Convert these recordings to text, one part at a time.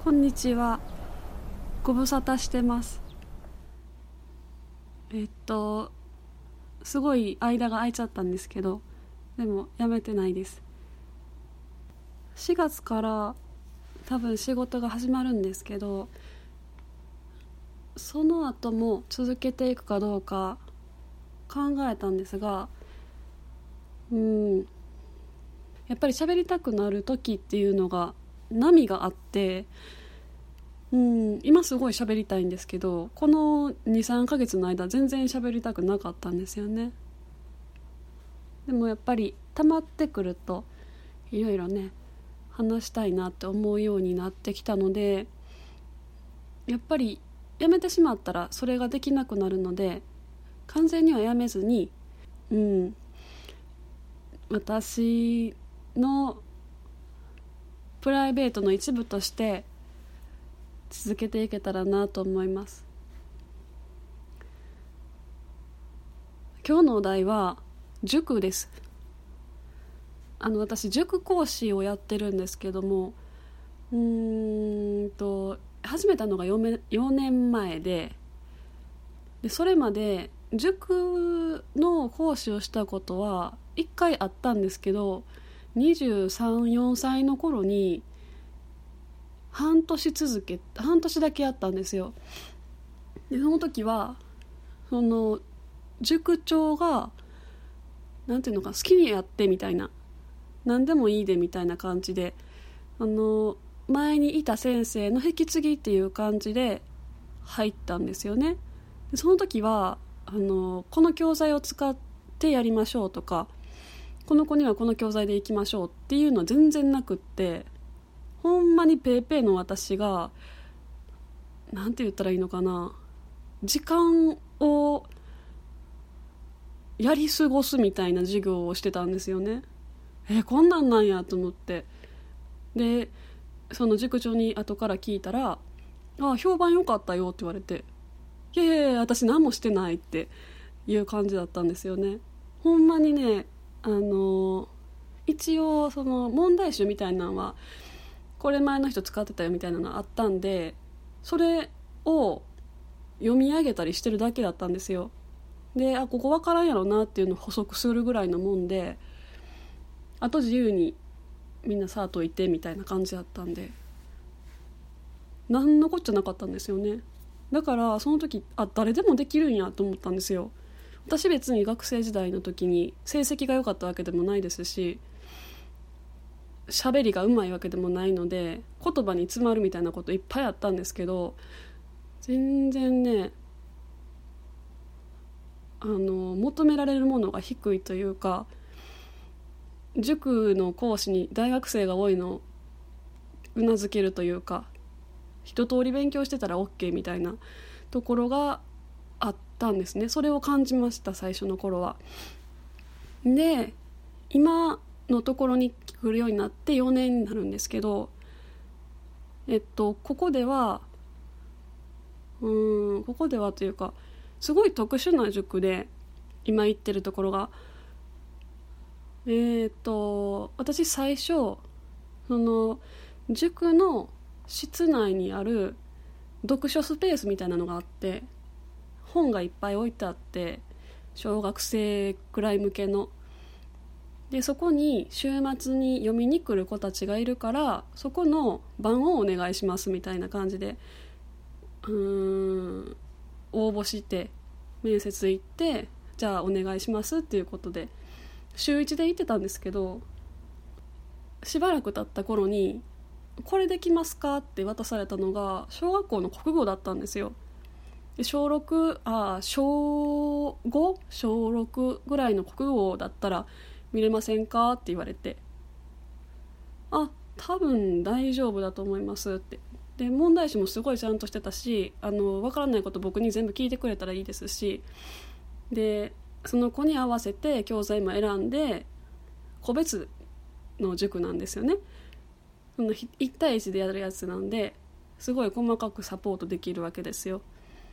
こんにちは。ご無沙汰してます。すごい間が空いちゃったんですけど、でもやめてないです。4月から多分仕事が始まるんですけど、その後も続けていくかどうか考えたんですが、やっぱり喋りたくなる時っていうのが波があって、今すごい喋りたいんですけど、この 2,3 ヶ月の間全然喋りたくなかったんですよね。でもやっぱり溜まってくるといろいろね話したいなって思うようになってきたので、やっぱりやめてしまったらそれができなくなるので、完全にはやめずに、私のプライベートの一部として続けていけたらなと思います。今日のお題は塾です。私塾講師をやってるんですけども、始めたのが4年前で、それまで塾の講師をしたことは1回あったんですけど、23、4歳の頃に半年だけやったんですよ。でその時はその塾長がなんていうのか、好きにやってみたいな、何でもいいでみたいな感じで、前にいた先生の引き継ぎっていう感じで入ったんですよね。でその時はこの教材を使ってやりましょうとか、この子にはこの教材で行きましょうっていうのは全然なくって、ほんまにペーペーの私がなんて言ったらいいのかな、時間をやり過ごすみたいな授業をしてたんですよね。こんなんなんやと思って、でその塾長に後から聞いたら、評判良かったよって言われて、いやいやいや私何もしてないっていう感じだったんですよね。ほんまにね、一応その問題集みたいなのはこれ前の人使ってたよみたいなのあったんで、それを読み上げたりしてるだけだったんですよ。でここ分からんやろなっていうのを補足するぐらいのもんで、あと自由にみんなさあ解いてみたいな感じだったんで、何のこっちゃなかったんですよね。だからその時誰でもできるんやと思ったんですよ。私別に学生時代の時に成績が良かったわけでもないですし、喋りがうまいわけでもないので言葉に詰まるみたいなこといっぱいあったんですけど、全然ね求められるものが低いというか、塾の講師に大学生が多いのをうなずけるというか、一通り勉強してたら OK みたいなところがあったんですね。それを感じました、最初の頃は。で今のところに来るようになって4年になるんですけど、ここではというか、すごい特殊な塾で今行ってるところが、私最初その塾の室内にある読書スペースみたいなのがあって、本がいっぱい置いてあって、小学生くらい向けので、そこに週末に読みに来る子たちがいるから、そこの番をお願いしますみたいな感じで応募して面接行って、じゃあお願いしますっていうことで週1で行ってたんですけど、しばらく経った頃にこれできますかって渡されたのが小学校の国語だったんですよ。で小5小6ぐらいの国語だったら見れませんかって言われて、多分大丈夫だと思いますって。で問題集もすごいちゃんとしてたし、分からないこと僕に全部聞いてくれたらいいですし、でその子に合わせて教材も選んで、個別の塾なんですよね。その1対1でやるやつなんで、すごい細かくサポートできるわけですよ。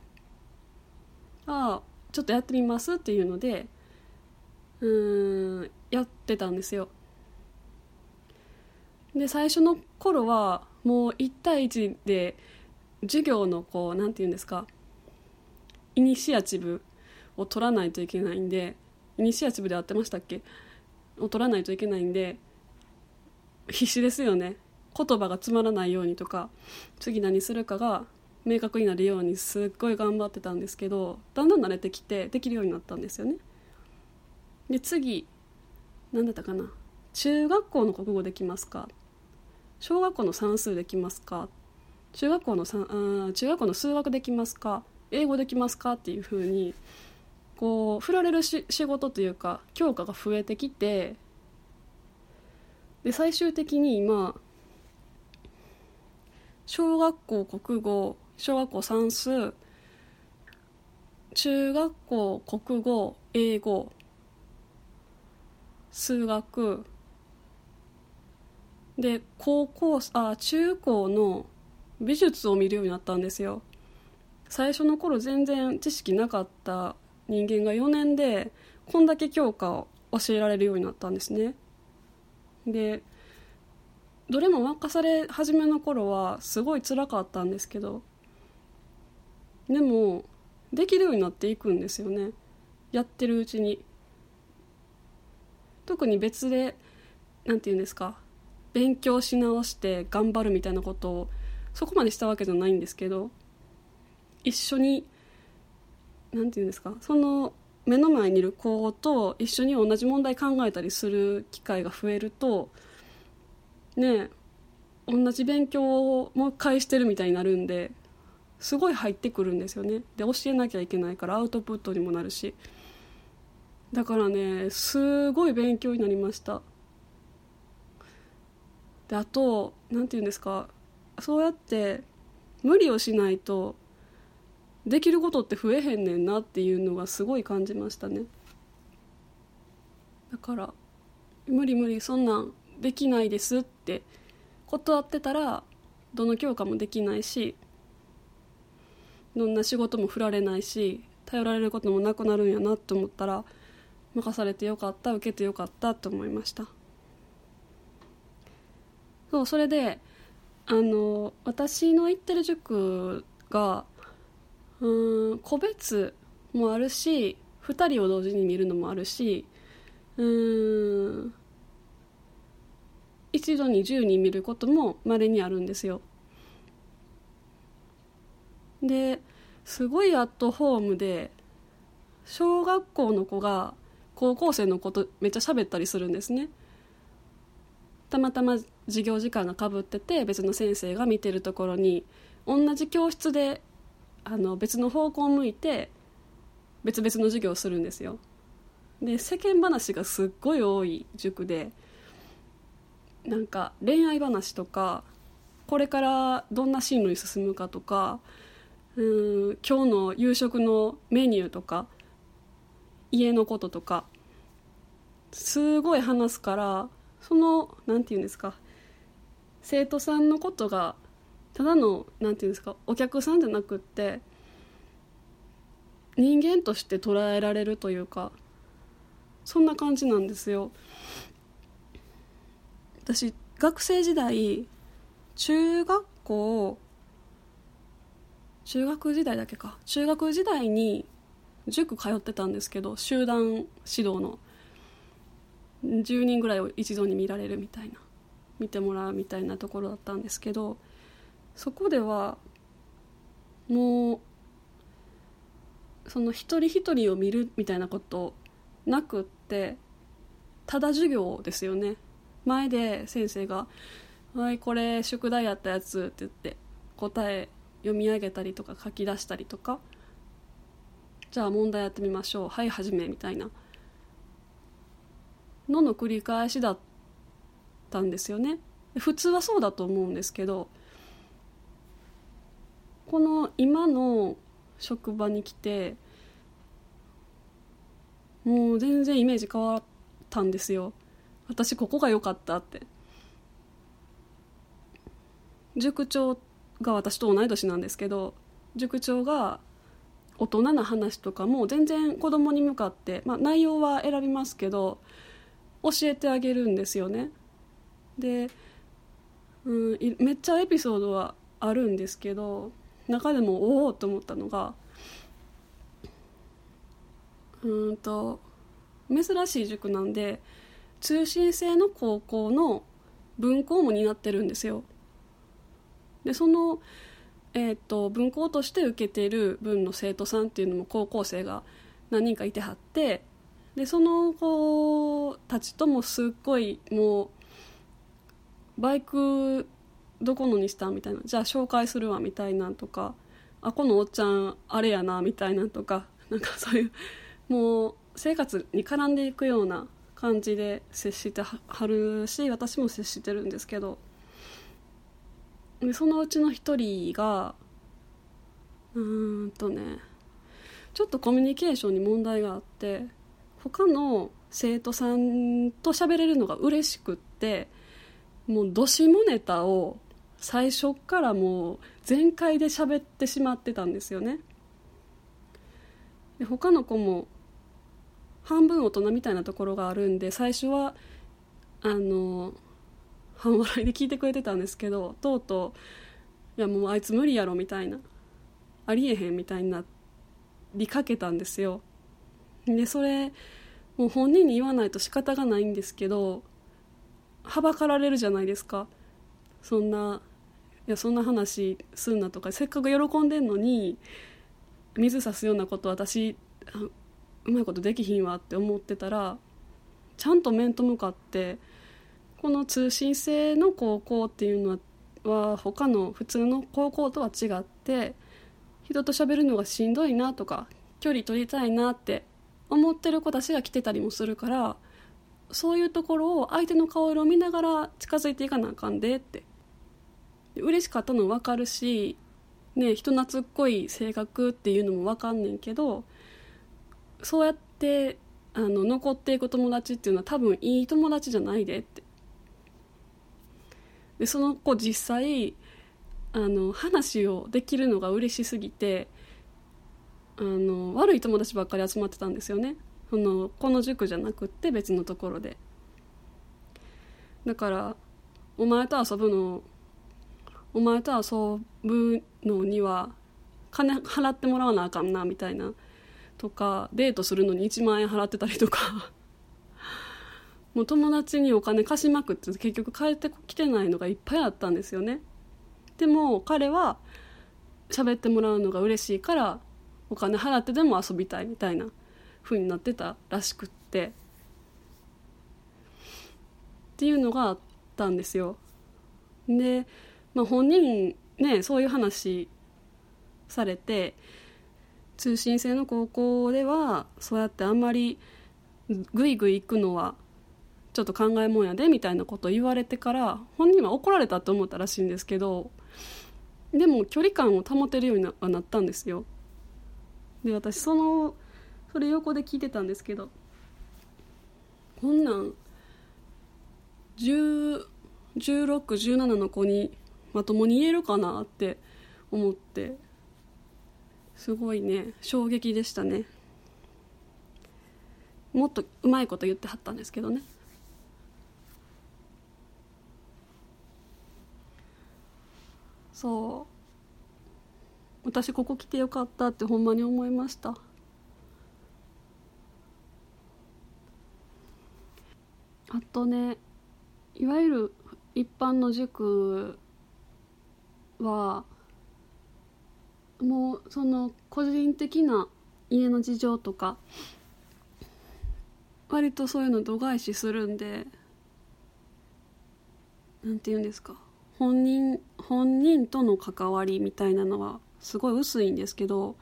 ちょっとやってみますっていうのでやってたんですよ。 で最初の頃はもう1対1で授業のこうなんていうんですか、イニシアチブを取らないといけないんで、イニシアチブで合ってましたっけ、を取らないといけないんで必死ですよね。言葉が詰まらないようにとか、次何するかが明確になるようにすっごい頑張ってたんですけど、だんだん慣れてきてできるようになったんですよね。で次何だったかな、中学校の国語できますか、小学校の算数できますか、中学校の数学できますか、英語できますかっていう風にこう振られる仕事というか教科が増えてきて、で最終的に今小学校国語、小学校算数、中学校国語、英語、数学で中高の美術を見るようになったんですよ。最初の頃全然知識なかった人間が4年でこんだけ教科を教えられるようになったんですね。でどれも任され始めの頃はすごい辛かったんですけど、でもできるようになっていくんですよね、やってるうちに。特に別でなんていうんですか、勉強し直して頑張るみたいなことをそこまでしたわけじゃないんですけど、一緒になんていうんですか、その目の前にいる子と一緒に同じ問題考えたりする機会が増えるとね、同じ勉強をもう一回してるみたいになるんで、すごい入ってくるんですよね。で教えなきゃいけないからアウトプットにもなるし、だからねすごい勉強になりました。であとなんていうんですか、そうやって無理をしないとできることって増えへんねんなっていうのがすごい感じましたね。だから無理そんなんできないですって断ってたらどの教科もできないし、どんな仕事も振られないし頼られることもなくなるんやなって思ったら、任されてよかった、受けてよかったって思いました。それで私の行ってる塾が個別もあるし2人を同時に見るのもあるし、一度に10人見ることも稀にあるんですよ。ですごいアットホームで、小学校の子が高校生の子とめっちゃ喋ったりするんですね。たまたま授業時間がかぶってて別の先生が見てるところに同じ教室で別の方向を向いて別々の授業をするんですよ。で世間話がすっごい多い塾で、なんか恋愛話とかこれからどんな進路に進むかとか、今日の夕食のメニューとか家のこととかすごい話すから、そのなんていうんですか、生徒さんのことがただのなんていうんですか、お客さんじゃなくって人間として捉えられるというか、そんな感じなんですよ。私学生時代中学時代だけか、中学時代に塾通ってたんですけど、集団指導の10人ぐらいを一度に見られるみたいな、見てもらうみたいなところだったんですけど、そこではもうその一人一人を見るみたいなことなくって、ただ授業ですよね。前で先生がはいこれ宿題やったやつって言って答え読み上げたりとか書き出したりとか、じゃあ問題やってみましょう、はい始めみたいなの繰り返しだったんですよね。普通はそうだと思うんですけど、この今の職場に来てもう全然イメージ変わったんですよ。私ここが良かったって。塾長が私と同い年なんですけど、塾長が大人な話とかも全然子供に向かって、内容は選びますけど教えてあげるんですよね。でめっちゃエピソードはあるんですけど、中でもおおと思ったのが、珍しい塾なんで通信制の高校の分校も担ってるんですよ。でその、分校として受けている分の生徒さんっていうのも高校生が何人かいてはって、でその子たちともすっごいもうバイクどこのにしたみたいな、じゃあ紹介するわみたいなんとか、あこのおっちゃんあれやなみたいなんとか、なんかそういうもう生活に絡んでいくような感じで接してはるし、私も接してるんですけど、でそのうちの一人がちょっとコミュニケーションに問題があって、他の生徒さんと喋れるのが嬉しくって、もうどしもネタを最初からもう全開で喋ってしまってたんですよね。で他の子も半分大人みたいなところがあるんで、最初は半笑いで聞いてくれてたんですけど、とうとういやもうあいつ無理やろみたいな、ありえへんみたいになりかけたんですよ。でそれもう本人に言わないと仕方がないんですけど、はばかられるじゃないですか。そんな話すんなとか、せっかく喜んでんのに水差すようなこと私うまいことできひんわって思ってたら、ちゃんと面と向かって、この通信制の高校っていうのは他の普通の高校とは違って、人と喋るのがしんどいなとか距離取りたいなって思ってる子たちが来てたりもするから、そういうところを相手の顔色を見ながら近づいていかなあかんでって。嬉しかったの分かるし、ね、人懐っこい性格っていうのも分かんねんけど、そうやって残っていく友達っていうのは多分いい友達じゃないでって。でその子実際話をできるのが嬉しすぎて、悪い友達ばっかり集まってたんですよね。この塾じゃなくって別のところで。だからお前と遊ぶのには金払ってもらわなあかんなみたいなとか、デートするのに1万円払ってたりとかもう友達にお金貸しまくって結局帰ってきてないのがいっぱいあったんですよね。でも彼は喋ってもらうのが嬉しいからお金払ってでも遊びたいみたいな風になってたらしくっていうのがあったんですよ。で、本人ねそういう話されて、通信制の高校ではそうやってあんまりグイグイ行くのはちょっと考えもんやでみたいなことを言われてから、本人は怒られたと思ったらしいんですけど、でも距離感を保てるようにはなったんですよ。で私それ横で聞いてたんですけど、こんなん1617の子にまともに言えるかなって思って、すごいね衝撃でしたね。もっとうまいこと言ってはったんですけどね。そう私ここ来てよかったってほんまに思いました。あとね、いわゆる一般の塾はもうその個人的な家の事情とか割とそういうの度外視するんで、なんて言うんですか、本人との関わりみたいなのはすごい薄いんですけど、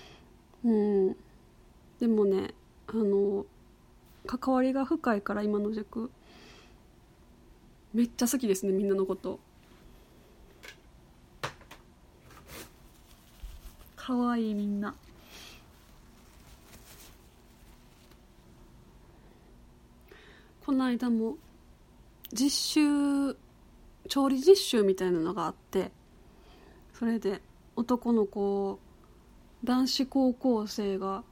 でもね関わりが深いから今の塾めっちゃ好きですね、みんなのこと。かわいいみんな。この間も調理実習みたいなのがあって、それで男の子男子高校生が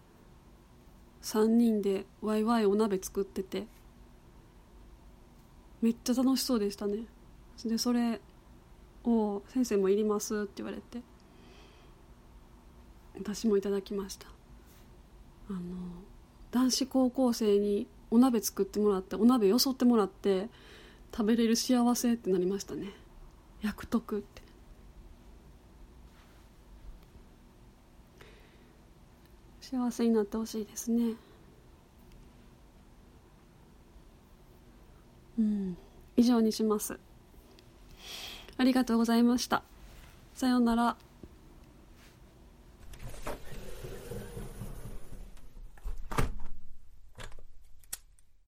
3人でワイワイお鍋作っててめっちゃ楽しそうでしたね。 でそれを先生もいりますって言われて、私もいただきました。男子高校生にお鍋作ってもらって、お鍋よそってもらって食べれる幸せってなりましたね。役得って。幸せになってほしいですね。以上にします。ありがとうございました。さようなら。